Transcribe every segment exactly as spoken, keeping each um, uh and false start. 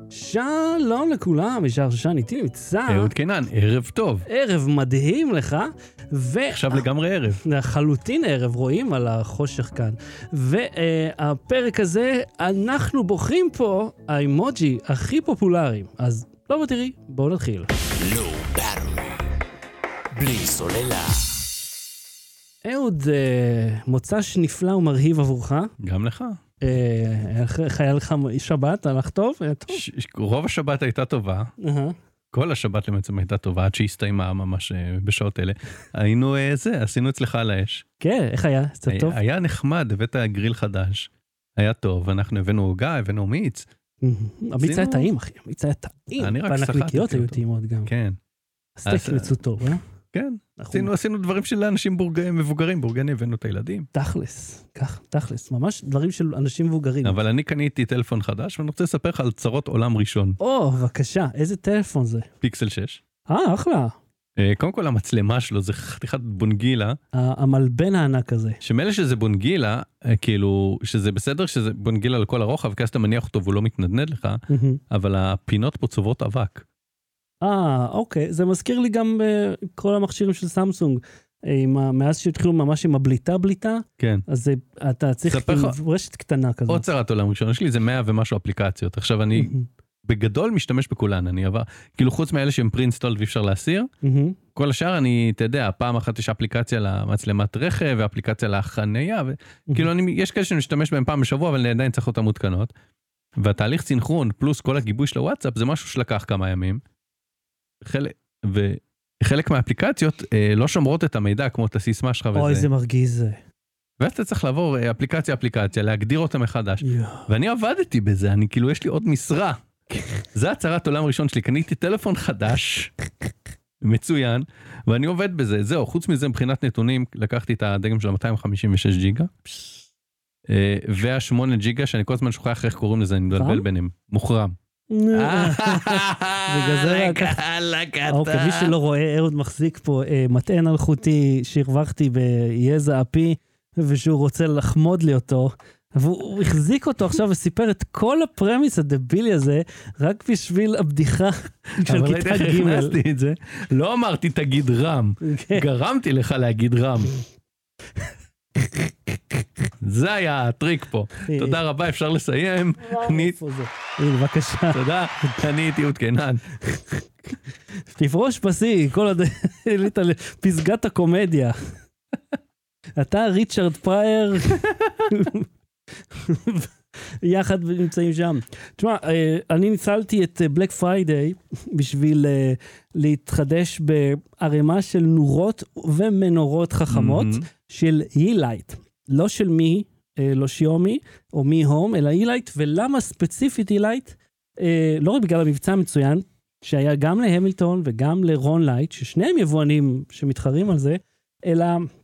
שלום לכולם, ישר שושן איתי נמצא. אהוד קינן, ערב טוב. ערב מדהים לך. ו... עכשיו לגמרי ערב. לחלוטין ערב, רואים על החושך כאן. והפרק הזה, אנחנו בוחרים פה האימוג'י הכי פופולריים. אז לא בתראי, בואו נתחיל. Low battery. בלי סוללה. אהוד, מוצ"ש נפלא ומרהיב עבורך. גם לך. איך היה לך שבת? הלך טוב? היה טוב? רוב השבת הייתה טובה. כל השבת למצם הייתה טובה, עד שהסתיימה ממש בשעות אלה. היינו זה, עשינו אצלך על האש. כן, איך היה? קצת טוב? היה נחמד, הבאת גריל חדש. היה טוב, אנחנו הבאנו עוגה, הבאנו מיץ. המיץ היה טעים, אחי. המיץ היה טעים. אני רק והנקניקיות היו טעימות גם. כן. הסטייק יצאו טוב, אה? כן. עשינו, עשינו דברים של אנשים מבוגרים, בורגני, הבאנו את הילדים. תכלס, כך, תכלס, ממש דברים של אנשים מבוגרים. אבל אני קניתי טלפון חדש, ואני רוצה לספר לך על צרות עולם ראשון. או, בבקשה, איזה טלפון זה? פיקסל שש. אה, אחלה. קודם כל המצלמה שלו, זה חתיכת בונגילה. המלבן הענק הזה. שמילא שזה בונגילה, כאילו, שזה בסדר שזה בונגילה לכל הרוחב, כי אז אתה מניח אותו והוא לא מתנדנד לך, אבל הפינות פה צובעות אבק. אה, אוקיי, זה מזכיר לי גם uh, כל המכשירים של סמסונג, עם, מאז שהתחילו ממש עם הבליטה בליטה, כן. אז זה, אתה צריך רשת קטנה כזאת. עוד צרת עולם ראשון, יש לי איזה מאה ומשהו אפליקציות, עכשיו אני בגדול משתמש בכולן, אני עבר, כאילו חוץ מאלה שהם פרינסטולד ואפשר להסיר, כל השאר אני, אתה יודע, פעם אחת יש אפליקציה למצלמת רכב, ואפליקציה לחניה, וכאילו אני, יש כאלה שמשתמש בהם פעם בשבוע, אבל עדיין צריך אותם מותקנות, והתהליך סינכרון פלוס כל הגיבוי של הוואטסאפ, זה משהו שלקח כמה ימים, חלק, וחלק מהאפליקציות אה, לא שומרות את המידע כמו את הסיסמה שלך וזה. אוי, זה מרגיז זה. ואז אתה צריך לעבור אה, אפליקציה אפליקציה, להגדיר אותה מחדש. Yeah. ואני עבדתי בזה, אני כאילו יש לי עוד משרה. זה הצהרת עולם ראשון שלי, קניתי טלפון חדש, מצוין, ואני עובד בזה. זהו, חוץ מזה מבחינת נתונים, לקחתי את הדגם של מאתיים חמישים ושש ג'יגה, אה, וה-שמונה ג'יגה, שאני כל הזמן שוכח איך קוראים לזה, אני מדלבל ביניהם, מוחרם. אוקיי, מי שלא רואה, אהוד מחזיק פה מטען אלחוטי שהרווחתי ביזע אפי, ושהוא רוצה לחמוד לי אותו, והוא החזיק אותו עכשיו וסיפר את כל הפרמיס הדבילי הזה, רק בשביל הבדיחה של כיתה ג'. הכנסתי את זה, לא אמרתי תגיד רם, גרמתי לך להגיד רם. זה היה הטריק פה. תודה רבה, אפשר לסיים. בבקשה. תודה, אני הייתי אהוד קינן. תפרוש פסי, כל עוד העלית לפסגת הקומדיה. אתה ריצ'רד פרייר, יחד נמצאים שם. תשמע, אני ניצלתי את בלק פריידיי בשביל להתחדש בערימה של נורות ומנורות חכמות של יילייט. לא של מי, לא שיומי, או מי הום, אלא יילייט. ולמה ספציפית יילייט? לא רק בגלל המבצע המצוין, שהיה גם להמילטון וגם לרון לייט, ששניהם יבואנים שמתחרים על זה, אלא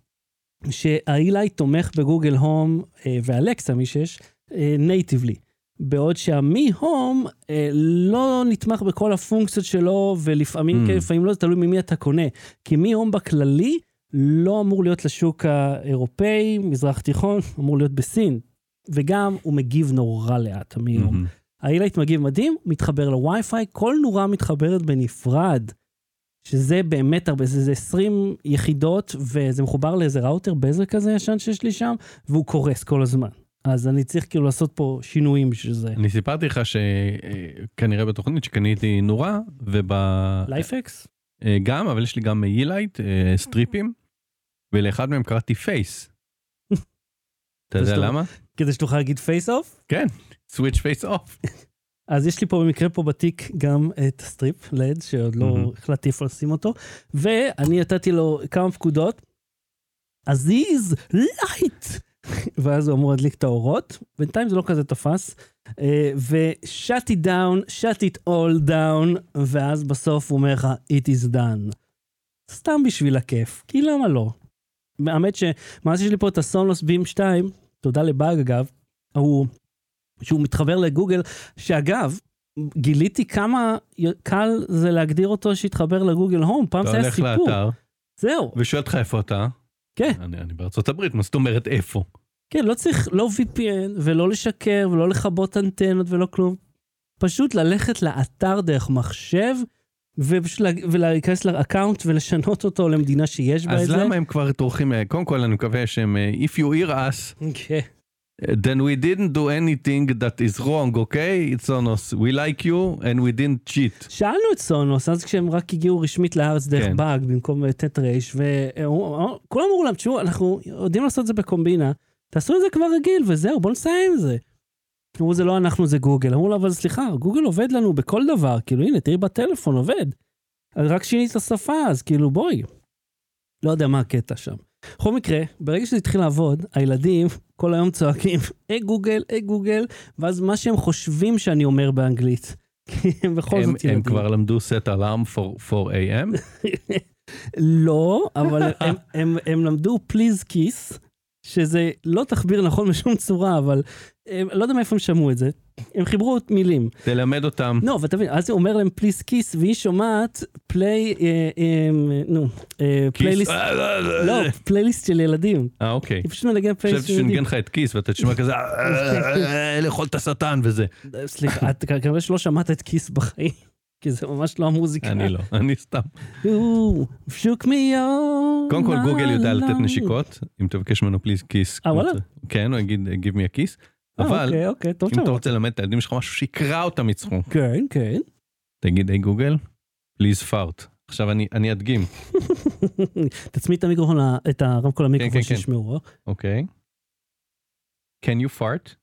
שהיילייט תומך בגוגל הום ואלקסה, מי שיש, נייטיבלי. בעוד שהמי הום לא נתמך בכל הפונקציות שלו, ולפעמים כן, לפעמים לא, זה תלוי ממי אתה קונה. כי מי הום בכללי, לא אמור להיות לשוק האירופאי, מזרח תיכון, אמור להיות בסין, וגם הוא מגיב נורא לאט, המי-יום. האילייט מגיב מדהים, מתחבר לווי-פיי, כל נורה מתחברת בנפרד, שזה באמת הרבה, זה עשרים יחידות, וזה מחובר לאיזה ראוטר בזק כזה ישן שיש לי שם, והוא קורס כל הזמן. אז אני צריך כאילו לעשות פה שינויים בשביל זה. אני סיפרתי לך שכנראה בתוכנית שקניתי נורה, וב... לייפקס? גם, אבל יש לי גם יילייט, סטריפים, ולאחד מהם קראתי פייס. אתה יודע למה? כדי שתוכל להגיד פייס אוף? כן, סוויץ' פייס אוף. אז יש לי פה במקרה פה בתיק גם את הסטריפ לד, שעוד לא החלטתי איפה לשים אותו, ואני נתתי לו כמה פקודות, עזיז, לייט! ואז הוא אמור להדליק את האורות, בינתיים זה לא כזה תפס, ו-shut it down, shut it all down, ואז בסוף הוא אומר לך, it is done. סתם בשביל הכיף, כי למה לא? האמת שמה שיש לי פה את הסונוס בים שתיים, תודה לבאג אגב, הוא, שהוא מתחבר לגוגל, שאגב, גיליתי כמה קל זה להגדיר אותו שהתחבר לגוגל הום, פעם זה היה סיפור. אתה הולך לאתר, זהו. ושואל אותך איפה אתה? כן. אני, אני בארצות הברית, מה זאת אומרת איפה? כן, לא צריך לא וי פי אן, ולא לשקר, ולא לכבות אנטנות, ולא כלום. פשוט ללכת לאתר דרך מחשב, ולהיכנס לאקאונט ולשנות אותו למדינה שיש בה את זה. אז למה הם כבר טורחים, קודם כל אני מקווה שהם, if you hear us, then we didn't do anything that is wrong, okay? It's Sonos, we like you and we didn't cheat. שאלנו את סונוס, אז כשהם רק הגיעו רשמית לארץ דרך באג, במקום טטרייש, וכולם אמרו להם, תשמעו, אנחנו יודעים לעשות את זה בקומבינה, תעשו את זה כבר רגיל, וזהו, בואו נסיים את זה. אמרו, זה לא אנחנו, זה גוגל. אמרו לה, אבל סליחה, גוגל עובד לנו בכל דבר, כאילו, הנה, תראי בטלפון, עובד. רק שינית את השפה, אז כאילו, בואי. לא יודע מה הקטע שם. בכל מקרה, ברגע שזה התחיל לעבוד, הילדים כל היום צועקים, היי גוגל, היי גוגל, ואז מה שהם חושבים שאני אומר באנגלית. כי הם בכל זאת ילדים. הם כבר למדו set alarm for four a m? לא, אבל הם למדו please kiss, שזה לא תחביר נכון בשום צורה, אבל הם, לא יודע מאיפה הם שמעו את זה. הם חיברו מילים. תלמד אותם. לא, ותבין, אז הוא אומר להם פליס קיס, והיא שומעת פליי, נו, פלייליסט, לא, פלייליסט של ילדים. אה, אוקיי. היא פשוט מנגן פלייליסט של ילדים. חשבתי שנגן לך את קיס, ואתה תשמע כזה, לאכול את השטן וזה. סליחה, אתה כנראה שלא שמעת את קיס בחיים. כי זה ממש לא המוזיקה. אני לא, אני סתם. שוק מיום. קודם כל גוגל יודע לתת נשיקות, אם תבקש ממנו פליז קיס. אה, וואלה? כן, הוא יגיד, give me a kiss. אבל, אם אתה רוצה ללמד את הילדים שלך משהו שיקרא אותם מצחוק. כן, כן. תגיד, היי גוגל, פליז פארט. עכשיו אני אדגים. תצמיד את המיקרופון, את הרמקול המיקרופון שישמעו. אוקיי. Can you fart?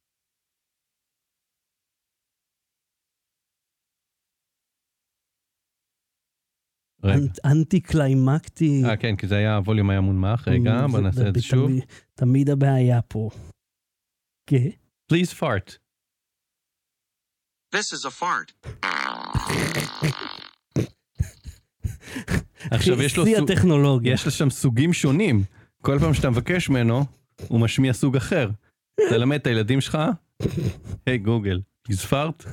אנטי קליימקטי. אה כן, כי זה היה, הווליום היה מונמך. רגע, בוא נעשה את זה שוב. תמיד הבעיה פה. כן. Please fart. This is a fart. עכשיו יש לו יש לו שם סוגים שונים. כל פעם שאתה מבקש ממנו, הוא משמיע סוג אחר. תלמד את הילדים שלך, היי גוגל, please fart.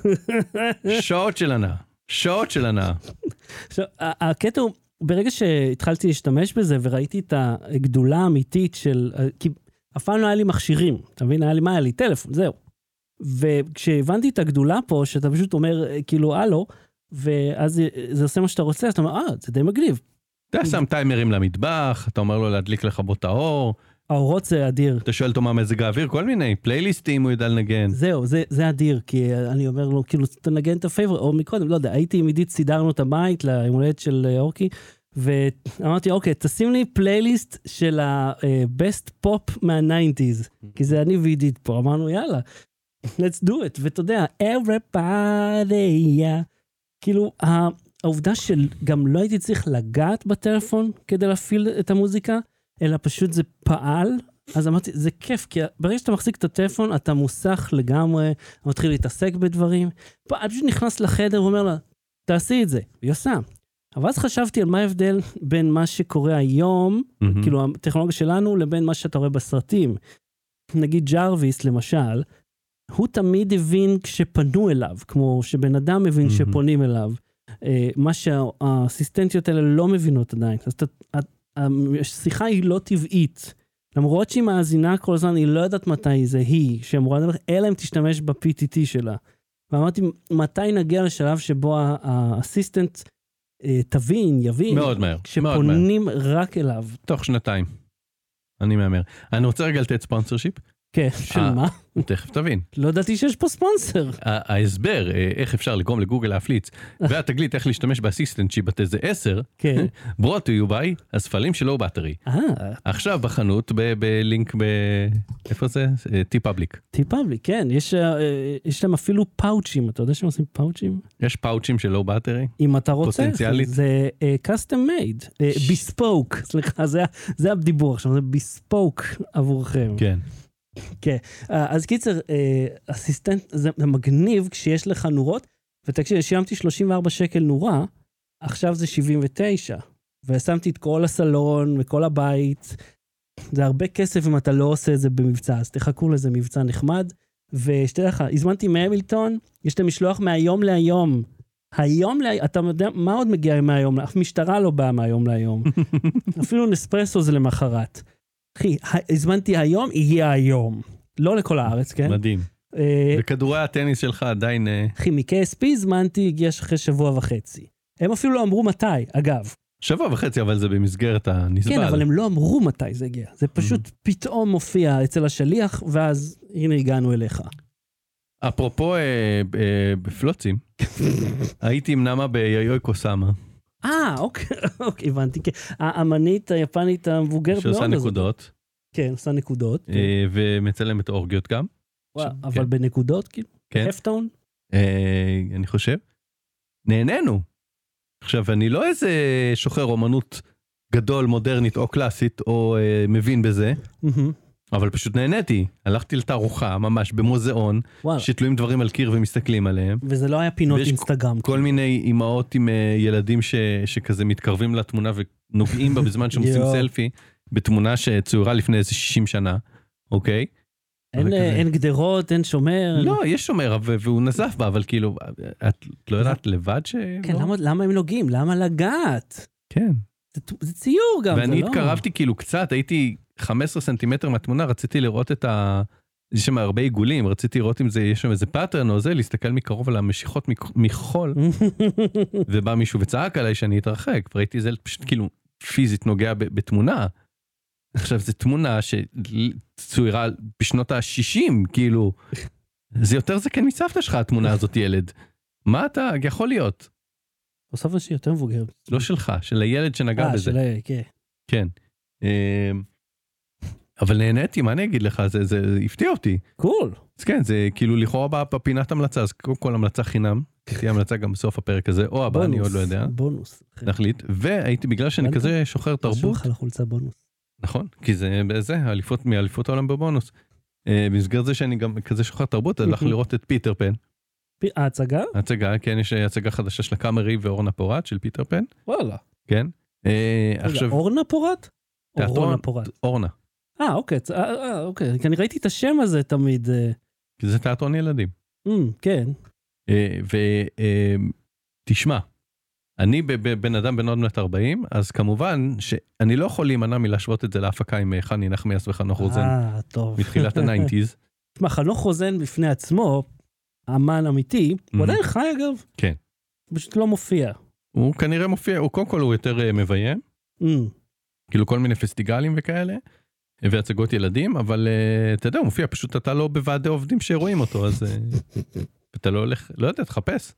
שעות של ענה. שעות של ענה. עכשיו, הקטע הוא, ברגע שהתחלתי להשתמש בזה, וראיתי את הגדולה האמיתית של, כי אף פעם לא היה לי מכשירים, אתה מבין? היה לי מה? היה לי טלפון, זהו. וכשהבנתי את הגדולה פה, שאתה פשוט אומר, כאילו, הלו, ואז זה עושה מה שאתה רוצה, אז אתה אומר, אה, זה די מגניב. אתה שם טיימרים למטבח, אתה אומר לו להדליק לך בו את האור. האורות זה אדיר. אתה שואל אותו מה מזג האוויר, כל מיני פלייליסטים הוא ידע לנגן. זהו, זה, זה אדיר, כי אני אומר לו, כאילו, תנגן את הפייבורט, או מקודם, לא יודע, הייתי עם עידית, סידרנו את הבית ליום הולדת של אורקי, ואמרתי, אוקיי, תשים לי פלייליסט של ה-best pop מה-תשעים, כי זה אני ועידית פה, אמרנו, יאללה, let's do it, ואתה יודע, everybody, yeah. כאילו, העובדה של גם לא הייתי צריך לגעת בטלפון כדי להפעיל את המוזיקה, אלא פשוט זה פעל, אז אמרתי, זה כיף, כי ברגע שאתה מחזיק את הטלפון, אתה מוסך לגמרי, אתה מתחיל להתעסק בדברים, אני פשוט נכנס לחדר ואומר לה, תעשי את זה, והיא עושה. אבל אז חשבתי על מה ההבדל בין מה שקורה היום, mm-hmm. כאילו הטכנולוגיה שלנו, לבין מה שאתה רואה בסרטים. נגיד ג'רוויס, למשל, הוא תמיד הבין כשפנו אליו, כמו שבן אדם מבין mm-hmm. שפונים אליו, מה שהאסיסטנטיות האלה לא מבינות עדיין. אז אתה... השיחה היא לא טבעית, למרות שהיא מאזינה כל הזמן, היא לא יודעת מתי זה היא, שאמורה לדבר, אלא אם תשתמש ב-פי טי טי שלה. ואמרתי, מתי נגיע לשלב שבו האסיסטנט תבין, יבין, מאוד מהר, כשפונים מאוד רק אליו. תוך שנתיים. אני מאמר. אני רוצה רגע לתת ספונסרשיפ. כן, של מה? תכף תבין. לא ידעתי שיש פה ספונסר. ההסבר, איך אפשר לגרום לגוגל להפליץ, והתגלית איך להשתמש באסיסטנט שהיא בת איזה עשר, brought to you by הספלים של לואו בטרי. עכשיו בחנות, בלינק, איפה זה? T-Public. T-Public, כן. יש להם אפילו פאוצ'ים. אתה יודע שהם עושים פאוצ'ים? יש פאוצ'ים של לואו בטרי? אם אתה רוצה. פוטנציאלית. זה custom made. bespoke. סליחה, זה הדיבור עכשיו. זה bespoke עבורכם. כן. כן, אז קיצר, אסיסטנט, זה מגניב כשיש לך נורות, ותקשיב, שיימתי שלושים וארבעה שקל נורה, עכשיו זה שבעים ותשע, ושמתי את כל הסלון וכל הבית, זה הרבה כסף אם אתה לא עושה את זה במבצע, אז תחכו לזה מבצע נחמד, ושתדע לך, הזמנתי מהמילטון, יש להם משלוח מהיום להיום, היום להיום, אתה יודע, מה עוד מגיע מהיום? אף משטרה לא באה מהיום להיום, אפילו נספרסו זה למחרת. אחי, הזמנתי היום, יהיה היום. לא לכל הארץ, כן? מדהים. וכדורי הטניס שלך עדיין... אחי, מ-קי אס פי זמנתי, הגיע אחרי שבוע וחצי. הם אפילו לא אמרו מתי, אגב. שבוע וחצי, אבל זה במסגרת הנסבל. כן, אבל הם לא אמרו מתי זה הגיע. זה פשוט פתאום מופיע אצל השליח, ואז הנה הגענו אליך. אפרופו בפלוצים, הייתי עם נמה ביואי קוסאמה. אה, אוקיי, אוקיי, הבנתי. האמנית היפנית המבוגרת מאוד. שעושה נקודות. כן, עושה נקודות. ומצלמת אורגיות גם. אבל בנקודות, כאילו? כן. הפטון? אני חושב. נהנינו. עכשיו, אני לא איזה שוחר אומנות גדול, מודרנית או קלאסית, או מבין בזה, אבל פשוט נהניתי. הלכתי לתערוכה, ממש במוזיאון, שתלויים דברים על קיר ומסתכלים עליהם. וזה לא היה פינות אינסטגרם. כל מיני אימהות עם ילדים שכזה מתקרבים לתמונה ונוגעים בה בזמן שהם עושים סלפי, בתמונה שצוירה לפני איזה שישים שנה, אוקיי? אין גדרות, אין שומר. לא, יש שומר, והוא נזף בה, אבל כאילו, את לא יודעת לבד ש... כן, למה הם נוגעים? למה לגעת? כן. זה ציור גם, זה לא... ואני התקרבתי כאילו קצת, הייתי חמישה עשר סנטימטר מהתמונה, רציתי לראות את ה... יש שם הרבה עיגולים, רציתי לראות אם זה, יש שם איזה פאטרן או זה, להסתכל מקרוב על המשיכות מחול, ובא מישהו וצעק עליי שאני אתרחק, וראיתי זה פשוט כאילו פיזית נוגע בתמונה. עכשיו, זו תמונה שצוירה בשנות ה-שישים, כאילו, זה יותר זה כן מסבתא שלך, התמונה הזאת, ילד. מה אתה יכול להיות? או סבתא שהיא יותר מבוגר. לא שלך, של הילד שנגע בזה. אה, של הילד, כן. כן. אבל נהניתי, מה אני אגיד לך? זה, זה הפתיע אותי. קול. אז כן, זה כאילו לכאורה בפינת המלצה, אז קודם כל המלצה חינם, תהיה המלצה גם בסוף הפרק הזה, או הבא, אני עוד לא יודע. בונוס. נחליט. והייתי, בגלל שאני כזה שוחר תרבות. שלך לחולצה בונוס. נכון, כי זה זה, האליפות מאליפות העולם בבונוס. במסגרת זה שאני גם כזה שוחר תרבות, הלך לראות את פיטר פן. ההצגה? ההצגה, כן, יש הצגה חדשה של הקאמרי ואורנה פורט של פיטר פן. וואלה. כן. אורנה פורט? אורנה פורט. אורנה. אה, אוקיי, אוקיי, כי אני ראיתי את השם הזה תמיד. כי זה תיאטרון ילדים. כן. ותשמע, אני בן אדם בן עוד מעט ארבעים, אז כמובן שאני לא יכול להימנע מלהשוות את זה להפקה עם חני נחמיאס וחנוך רוזן. אה, טוב. מתחילת ה-תשעים. תשמע, חנוך רוזן בפני עצמו, אמן אמיתי, הוא עדיין חי אגב? כן. פשוט לא מופיע. הוא כנראה מופיע, הוא קודם כל הוא יותר מביים. כאילו כל מיני פסטיגלים וכאלה, והצגות ילדים, אבל אתה יודע, הוא מופיע, פשוט אתה לא בוועדי עובדים שרואים אותו, אז אתה לא הולך, לא יודע, תחפש.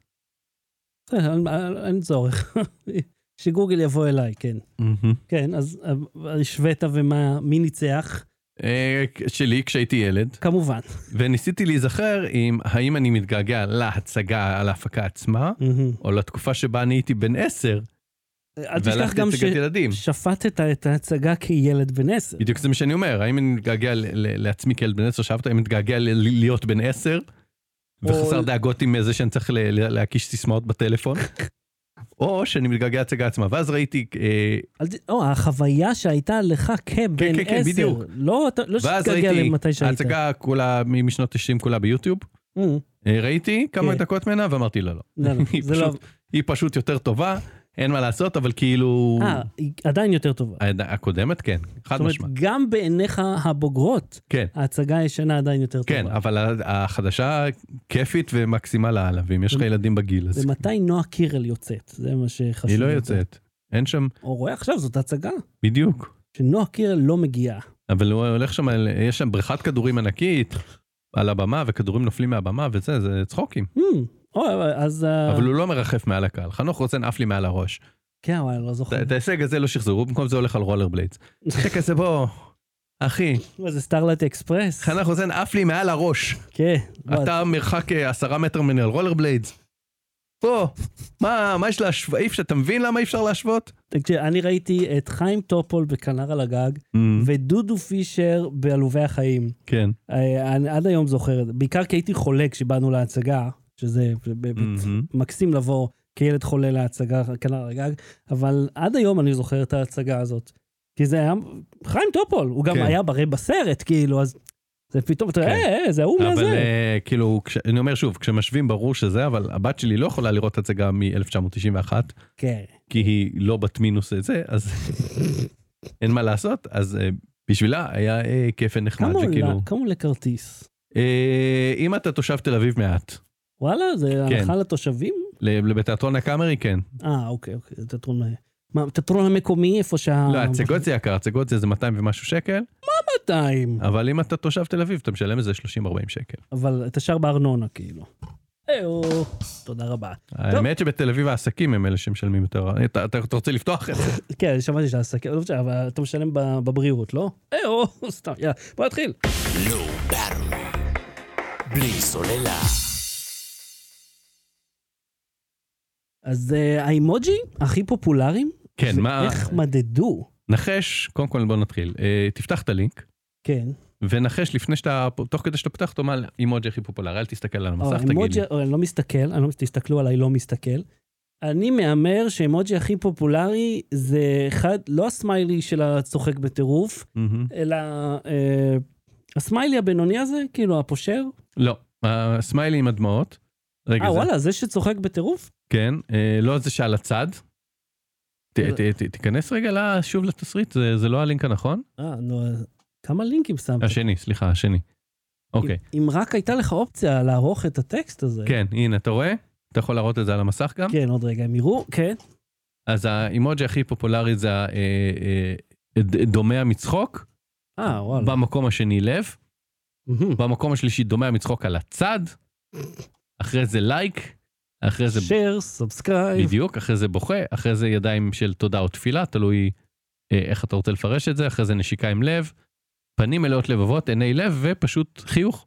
אין צורך. שגוגל יבוא אליי, כן. כן, אז השווית ומה, מי ניצח? שלי, כשהייתי ילד. כמובן. וניסיתי להיזכר עם האם אני מתגעגע להצגה על ההפקה עצמה, או לתקופה שבה אני הייתי בן עשר, אל תשכח גם ששפטת את ההצגה כילד בן עשר. בדיוק זה מה שאני אומר, האם אני מתגעגע לעצמי כילד בן עשר, שאהבת, האם אני מתגעגע להיות בן עשר, וחסר דאגות עם זה שאני צריך להקיש סיסמאות בטלפון, או שאני מתגעגע להצגה עצמה, ואז ראיתי... או, החוויה שהייתה לך כבן עשר, לא שתגעגע למתי שהיית. ההצגה כולה משנות תשעים כולה ביוטיוב, ראיתי כמה דקות ממנה ואמרתי לא, לא. היא פשוט יותר טובה, אין מה לעשות, אבל כאילו... אה, היא עדיין יותר טובה. הקודמת, כן, חד משמע. זאת אומרת, גם בעיניך הבוגרות, ההצגה הישנה עדיין יותר טובה. כן, אבל החדשה כיפית ומקסימה להעלה, ואם יש לך ילדים בגיל, אז... ומתי נועה קירל יוצאת? זה מה שחשוב. היא לא יוצאת. אין שם... או רואה עכשיו, זאת הצגה. בדיוק. שנועה קירל לא מגיעה. אבל הוא הולך שם, יש שם בריכת כדורים ענקית על הבמה, וכדורים נופלים מהבמה, וזה, זה צחוקים. אבל הוא לא מרחף מעל הקהל. חנוך רוזן עף לי מעל הראש. כן, אבל אני לא זוכר. את ההישג הזה לא שחזרו, במקום זה הולך על רולר בליידס. זה כזה בוא, אחי. מה זה סטארלייט אקספרס? חנוך רוזן עף לי מעל הראש. כן. אתה מרחק עשרה מטר ממני על רולר בליידס. בוא, מה, מה יש להשוות? אתה מבין למה אי אפשר להשוות? אני ראיתי את חיים טופול בכנר על הגג, ודודו פישר בעלובי החיים. כן. אני עד היום זוכר את זה. בעיקר כי הייתי חולה כשבאנו להצגה, שזה מקסים לבוא כילד חולה להצגה כנר על הגג, אבל עד היום אני זוכר את ההצגה הזאת. כי זה היה חיים טופול, הוא גם היה בריא בסרט, כאילו, אז... זה פתאום, אתה רואה, זה הוא מהזה. אבל כאילו, אני אומר שוב, כשמשווים ברור שזה, אבל הבת שלי לא יכולה לראות את זה גם מ-אלף תשע מאות תשעים ואחת, כן. כי היא לא בת מינוס את זה, אז אין מה לעשות, אז בשבילה היה כיף ונחמד, וכאילו... כמה לכרטיס? אם אתה תושב תל אביב מעט. וואלה, זה כן. הנחה לתושבים? בתיאטרון הקאמרי, כן. אה, אוקיי, אוקיי, זה תיאטרון... מה, תיאטרון המקומי, איפה שה... לא, הצגות זה יקר, הצגות זה מאתיים ומשהו שקל. מה מאתיים? אבל אם אתה תושב תל אביב, אתה משלם איזה שלושים ארבעים שקל. אבל אתה שר בארנונה, כאילו. איו, תודה רבה. האמת שבתל אביב העסקים הם אלה שמשלמים יותר. אתה, אתה רוצה לפתוח את זה? כן, שמעתי שהעסקים, לא משנה, אבל אתה משלם בבריאות, לא? איו, סתם, יאללה, בוא נתחיל. לא באטרי. בלי סוללה. אז האימוג'י הכי פופולריים? כן, מה... איך מדדו? נחש, קודם כל בוא נתחיל. תפתח את הלינק. כן. ונחש לפני שאתה, תוך כדי שאתה פותח, תאמר אימוג'י הכי פופולרי, אל תסתכל על המסך, תגיד לי. אני לא מסתכל, אני לא, תסתכלו עליי, לא מסתכל. אני מאמר שאימוג'י הכי פופולרי זה אחד, לא הסמיילי של הצוחק בטירוף, אלא אה, הסמיילי הבינוני הזה, כאילו הפושר. לא, הסמיילי עם הדמעות. אה, וואלה, זה שצוחק בטירוף? כן, לא זה שעל הצד. תיכנס רגע שוב לתסריט, זה לא הלינק הנכון? אה, נו, כמה לינקים שמת? השני, סליחה, השני. אוקיי. אם רק הייתה לך אופציה לערוך את הטקסט הזה. כן, הנה, אתה רואה? אתה יכול להראות את זה על המסך גם? כן, עוד רגע, הם יראו, כן. אז האימוג'י הכי פופולרי זה דומה המצחוק. אה, וואלה. במקום השני לב. במקום השלישי דומה המצחוק על הצד. אחרי זה לייק. אחרי זה... share, subscribe. בדיוק, אחרי זה בוכה. אחרי זה ידיים של תודה או תפילה, תלוי איך אתה רוצה לפרש את זה. אחרי זה נשיקה עם לב. פנים מלאות לבבות, עיני לב, ופשוט חיוך.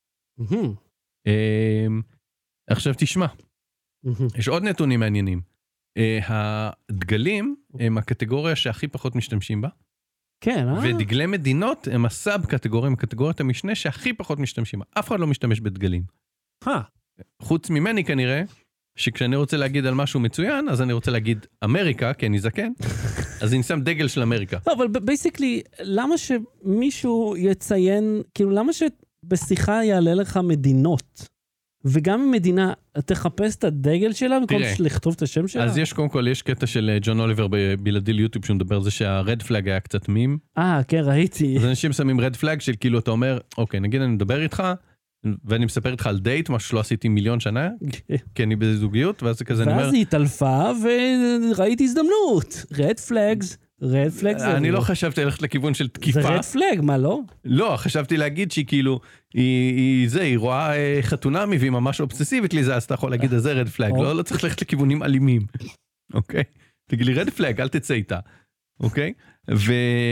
עכשיו תשמע. יש עוד נתונים מעניינים. הדגלים הם הקטגוריה שהכי פחות משתמשים בה. כן, אה? ודגלי מדינות הם הסאב קטגוריה, קטגוריית המשנה שהכי פחות משתמשים בה. אף אחד לא משתמש בדגלים. אה. חוץ ממני כנראה, שכשאני רוצה להגיד על משהו מצוין, אז אני רוצה להגיד אמריקה, כי אני זקן, אז אני שם דגל של אמריקה. לא, אבל בייסיקלי, למה שמישהו יציין, כאילו, למה שבשיחה יעלה לך מדינות? וגם אם מדינה, תחפש את הדגל שלה, במקום לכתוב את השם שלה? אז יש, קודם כל, יש קטע של ג'ון אוליבר בבלעדי ליוטיוב, שהוא מדבר על זה שהרד פלאג היה קצת מים. אה, כן, ראיתי. אז אנשים שמים רד פלאג של כאילו, אתה אומר, אוקיי, נגיד אני מדבר איתך, ואני מספר איתך על דייט, משהו שלא עשיתי מיליון שנה, כי אני בזוגיות, ואז כזה אני אומר... ואז היא התעלפה, וראיתי הזדמנות. רד פלאגס, רד פלאגס. אני לא חשבתי ללכת לכיוון של תקיפה. זה רד פלאג, מה לא? לא, חשבתי להגיד שהיא כאילו, היא זה, היא רואה חתונמי, והיא ממש אובססיבית לזה, אז אתה יכול להגיד, אז זה רד פלאג. לא, לא צריך ללכת לכיוונים אלימים. אוקיי? תגיד לי, רד פלאג, אל תצא איתה. אוקיי? ו...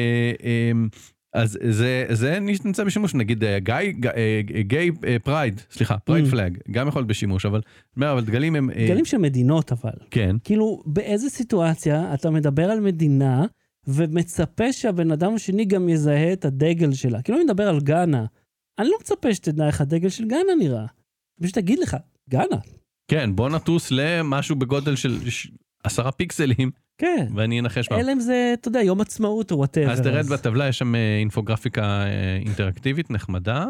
אז זה, זה נמצא בשימוש, נגיד גיא, גיי פרייד, סליחה, פרייד פלאג, גם יכול להיות בשימוש, אבל, אבל דגלים הם... דגלים של מדינות אבל. כן. כאילו, באיזה סיטואציה אתה מדבר על מדינה, ומצפה שהבן אדם השני גם יזהה את הדגל שלה. כאילו, אני מדבר על גאנה. אני לא מצפה שתדע איך הדגל של גאנה נראה. פשוט תגיד לך, גאנה. כן, בוא נטוס למשהו בגודל של עשרה פיקסלים, כן. ואני אנחש מה. אלא אם זה, אתה יודע, יום עצמאות או whatever. אז תרד בטבלה, יש שם אינפוגרפיקה אינטראקטיבית, נחמדה.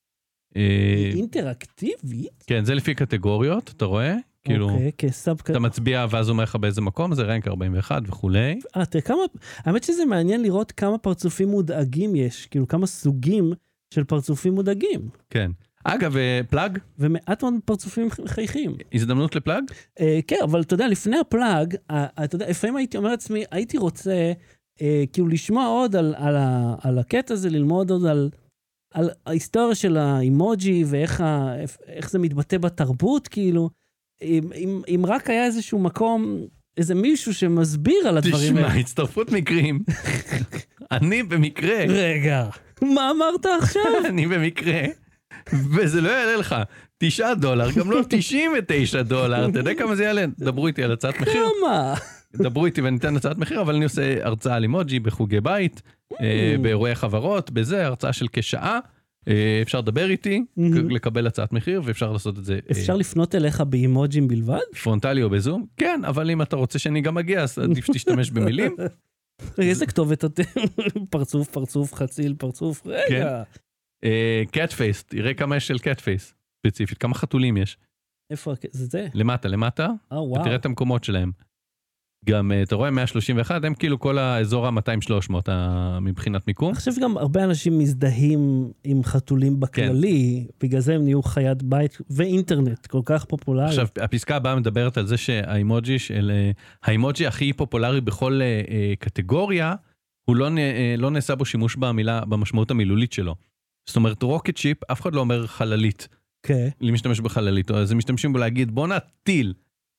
אינטראקטיבית? כן, זה לפי קטגוריות, אתה רואה? כאילו, אתה מצביע ואז אומר לך באיזה מקום, זה רנק ארבעים ואחת וכולי. אה, תראה כמה, האמת שזה מעניין לראות כמה פרצופים מודאגים יש, כאילו כמה סוגים של פרצופים מודאגים. כן. אגב, פלאג? ומעט מאוד פרצופים חייכים. הזדמנות לפלאג? אה, כן, אבל אתה יודע, לפני הפלאג, אתה יודע, לפעמים הייתי אומר לעצמי, הייתי רוצה, אה, כאילו, לשמוע עוד על, על, ה, על הקטע הזה, ללמוד עוד על, על ההיסטוריה של האימוג'י, ואיך ה, איך זה מתבטא בתרבות, כאילו, אם, אם, אם רק היה איזשהו מקום, איזה מישהו שמסביר על הדברים האלה. תשמע, הצטרפות מקרים. אני במקרה. רגע, מה אמרת עכשיו? אני במקרה. וזה לא יעלה לך תשעה דולר, גם לא תשעים ותשעה דולר, אתה יודע כמה זה יעלה? דברו איתי על הצעת מחיר. כמה? דברו איתי ואני אתן הצעת מחיר, אבל אני עושה הרצאה על אימוג'י בחוגי בית, באירועי חברות, בזה, הרצאה של כשעה, אפשר לדבר איתי, לקבל הצעת מחיר, ואפשר לעשות את זה. אפשר לפנות אליך באימוג'ים בלבד? פרונטלי או בזום? כן, אבל אם אתה רוצה שאני גם אגיע, אז עדיף שתשתמש במילים. איזה כתובת אתם? פרצוף, פרצוף, חציל, פרצוף, רגע. קאט פייס, תראה כמה יש של קאט פייס, ספציפית, כמה חתולים יש. איפה, זה זה? למטה, למטה, אה, וואו. ותראה את המקומות שלהם. גם, אתה רואה, מאה שלושים ואחת, הם כאילו כל האזור ה-מאתיים שלוש מאות מבחינת מיקום. אני חושב שגם הרבה אנשים מזדהים עם חתולים בכללי, כן. בגלל זה הם נהיו חיית בית ואינטרנט, כל כך פופולרי. עכשיו, הפסקה הבאה מדברת על זה שהאימוג'י, של, האימוג'י הכי פופולרי בכל אה, קטגוריה, הוא לא, אה, לא נעשה בו שימוש במילה, במשמעות המילולית שלו. זאת אומרת, רוקט שיפ, אף אחד לא אומר חללית. כן. Okay. לי משתמש בחללית, אז הם משתמשים בו להגיד, בוא נטיל.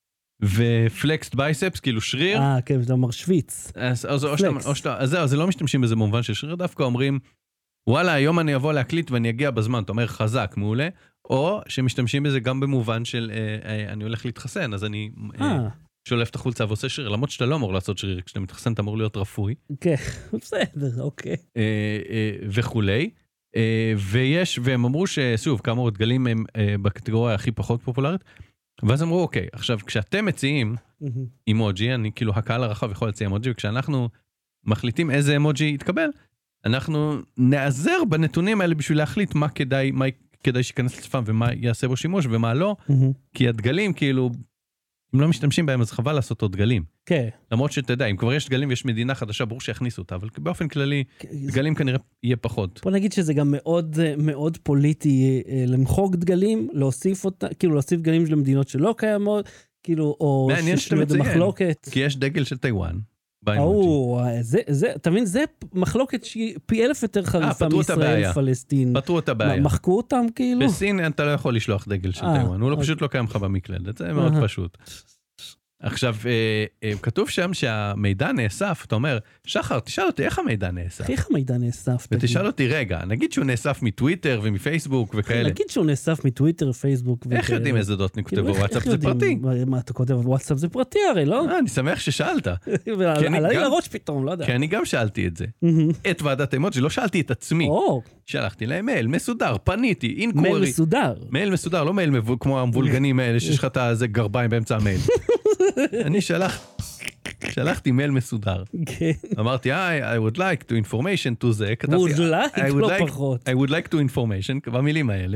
ופלקסט בייספס, כאילו שריר. אה, כן, זה אומר שוויץ. אז, אז, או שאתה, או שאתה, אז זהו, אז לא משתמשים בזה במובן של שריר, דווקא אומרים, וואלה, היום אני אבוא להקליט ואני אגיע בזמן, אתה אומר חזק, מעולה, או שמשתמשים בזה גם במובן של, אה, אה, אני הולך להתחסן, אז אני אה, שולף את החולצה ועושה שריר, למרות שאתה לא אמור לעשות שריר, כשאתה מתחסן אתה אמור להיות רפוי. כן, בסדר, אוקיי. אה, אה, וכולי. אה, ויש, והם אמרו ששוב, כמה דגלים הם אה, בקטגוריה הכי פחות פופולרית, ואז אמרו, אוקיי, עכשיו, כשאתם מציעים אימוג'י, אני כאילו, הקהל הרחב יכול להציע אימוג'י, וכשאנחנו מחליטים איזה אימוג'י יתקבל, אנחנו נעזר בנתונים האלה בשביל להחליט מה כדאי, מה כדאי שיכנס לצפם, ומה יעשה בו שימוש, ומה לא, כי הדגלים, כאילו, אם לא משתמשים בהם, אז חבל לעשות עוד דגלים. כן. למרות שאתה יודע, אם כבר יש דגלים ויש מדינה חדשה, ברור שיכניסו אותה, אבל באופן כללי, דגלים כנראה יהיה פחות. בוא נגיד שזה גם מאוד, מאוד פוליטי למחוק דגלים, להוסיף אותה, כאילו להוסיף דגלים למדינות שלא קיימות, כאילו, או ששנויות במחלוקת. כי יש דגל של טיואן. או, זה, זה, אתה מבין, זה מחלוקת שהיא פי אלף יותר חריפה מישראל, פלסטין. פתרו את הבעיה. מחקו אותם כאילו? בסין אתה לא יכול לשלוח דגל של טיואן, הוא לא פשוט לא קיים לך במקלדת, זה מאוד פשוט. עכשיו, כתוב שם שהמידע נאסף, אתה אומר, שחר, תשאל אותי איך המידע נאסף? איך המידע נאסף? ותשאל אותי, רגע, נגיד שהוא נאסף מטוויטר ומפייסבוק וכאלה. נגיד שהוא נאסף מטוויטר, פייסבוק וכאלה. איך יודעים איזה דעות נכתבו? וואטסאפ זה פרטי. מה אתה כותב? וואטסאפ זה פרטי הרי, לא? אני שמח ששאלת. עליי לראש פתאום, לא יודע. כי אני גם שאלתי את זה. את ועדת אימוג'י, לא שאלתי את עצמי. שלחתי להם מייל מסודר, פניתי, אינקוורי. מייל מסודר. מייל מסודר, לא מייל כמו המבולגנים האלה שיש לך את זה גרביים באמצע המייל. אני שלח, שלחתי מייל מסודר. אמרתי, I would like to information to זה. would like, לא פחות. I would like to information, במילים האלה.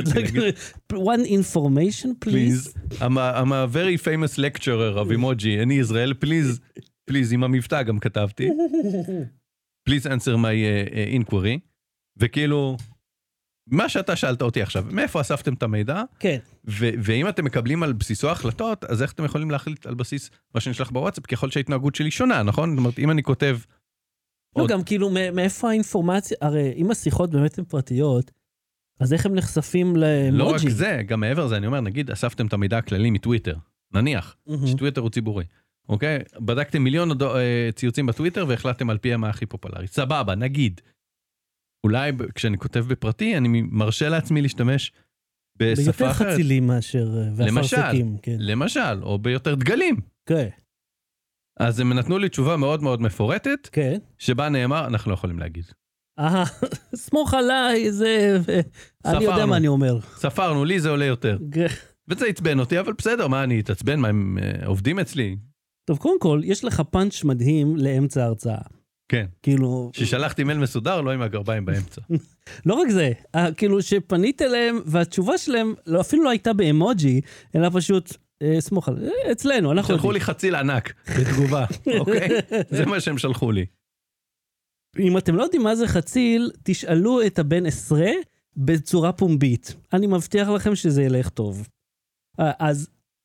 one information, please. I'm a very famous lecturer of emoji, אני ישראל, please, please, עם המבטא גם כתבתי. Please answer my inquiry. וכאילו, מה שאתה שאלת אותי עכשיו, מאיפה אספתם את המידע? כן. ואם אתם מקבלים על בסיסו החלטות, אז איך אתם יכולים להחליט על בסיס מה שנשלח בוואטסאפ? כי יכול להיות שההתנהגות שלי שונה, נכון? זאת אומרת, אם אני כותב... לא, גם כאילו, מאיפה האינפורמציה, הרי אם השיחות באמת הן פרטיות, אז איך הם נחשפים למוג'י? לא רק זה, גם מעבר זה, אני אומר, נגיד, אספתם את המידע הכללי מטוויטר, נניח, שטוויטר הוא ציבורי, אוקיי? בדקתם מיליון ציוצים בטוויטר והחלטתם על פי מה הכי פופולרי. סבבה, נגיד. אולי כשאני כותב בפרטי, אני מרשה לעצמי להשתמש בשפה אחרת. ביותר חצילים מאשר ואפרסקים. למשל, למשל, או ביותר דגלים. כן. אז הם נתנו לי תשובה מאוד מאוד מפורטת, כן. שבה נאמר, אנחנו לא יכולים להגיד. אה, סמוך עליי, זה... אני יודע מה אני אומר. ספרנו, לי זה עולה יותר. וזה יצבן אותי, אבל בסדר, מה אני אתעצבן? מה הם עובדים אצלי? טוב, קודם כל, יש לך פאנץ' מדהים לאמצע ההרצאה. כן. כאילו... ששלחתי מייל מסודר, לא עם הגרביים באמצע. לא רק זה, כאילו שפנית אליהם, והתשובה שלהם אפילו לא הייתה באמוג'י, אלא פשוט, סמוך על, אצלנו, אנחנו... שלחו לי חציל ענק בתגובה, אוקיי? זה מה שהם שלחו לי. אם אתם לא יודעים מה זה חציל, תשאלו את הבן עשרה בצורה פומבית. אני מבטיח לכם שזה ילך טוב. אז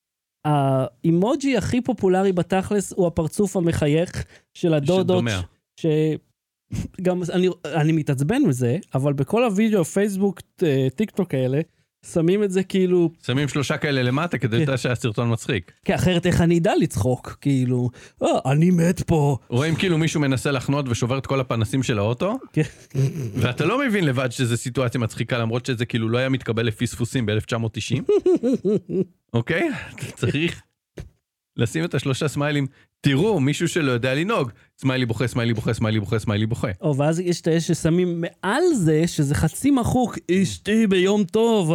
האימוג'י הכי פופולרי בתכלס הוא הפרצוף המחייך של הדודות, שגם אני, אני מתעצבן מזה, אבל בכל הוידאו, פייסבוק, טיק טוק האלה, שמים את זה כאילו... שמים שלושה כאלה למטה כדי לדעת שהסרטון מצחיק. כי אחרת איך אני אדע לצחוק, כאילו, אה, אני מת פה. רואים כאילו מישהו מנסה לחנות ושובר את כל הפנסים של האוטו, ואתה לא מבין לבד שזו סיטואציה מצחיקה, למרות שזה כאילו לא היה מתקבל לפי ספוסים ב-אלף תשע מאות תשעים. אוקיי? צריך לשים את השלושה סמיילים, תראו, מישהו שלא יודע לנהוג, סמיילי בוכה, סמיילי בוכה, סמיילי בוכה, סמיילי בוכה. או, ואז יש את האש ששמים מעל זה, שזה חצי מחוק, אשתי ביום טוב,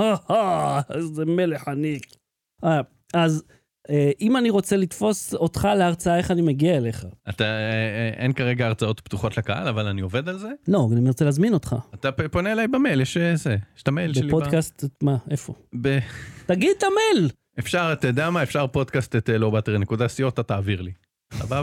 איזה מלך אני. אז אם אני רוצה לתפוס אותך להרצאה, איך אני מגיע אליך? אתה, אין כרגע הרצאות פתוחות לקהל, אבל אני עובד על זה? לא, אני רוצה להזמין אותך. אתה פונה אליי במייל, יש זה, יש את המייל שלי. בפודקאסט, מה, איפה? ב... תגיד את המייל! אפשר, אתה יודע מה, אפשר פודקאסט את לא באטרי נקודה סי או, אתה תעביר לי. סבבה?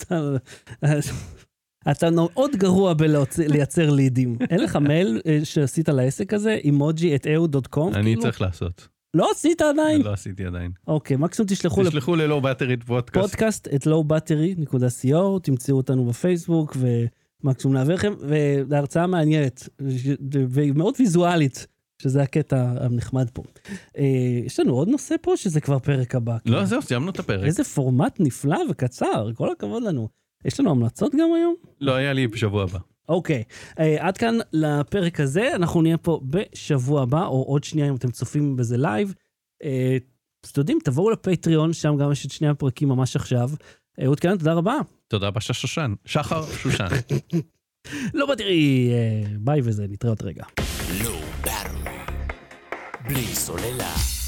אתה מאוד גרוע בלייצר לידים. אין לך מייל שעשית לעסק הזה, אימוג'י את אהוד דוט קום? אני צריך לעשות. לא עשית עדיין? לא עשיתי עדיין. אוקיי, מקסימום תשלחו... תשלחו ללואו באטרי פודקאסט. פודקאסט את לואו באטרי נקודה סי או, תמצאו אותנו בפייסבוק, ומקסימום נעביר לכם, והרצאה מעניינת, ומאוד ויזואלית, שזה הקטע הנחמד פה. יש לנו עוד נושא פה, שזה כבר פרק הבא. לא, זהו, סיימנו את הפרק. איזה פורמט נפלא וקצר, כל הכבוד לנו. יש לנו המלצות גם היום? לא, היה לי בשבוע הבא. אוקיי, עד כאן לפרק הזה, אנחנו נהיה פה בשבוע הבא, או עוד שנייה אם אתם צופים בזה לייב. אז אתם יודעים, תבואו לפטריון, שם גם יש את שני הפרקים ממש עכשיו. אהוד כאן, תודה רבה. תודה רבה שושן, שחר שושן. לא בתראי, ביי וזה, נתראה עוד רגע. לואו באטרי, בלי סוללה.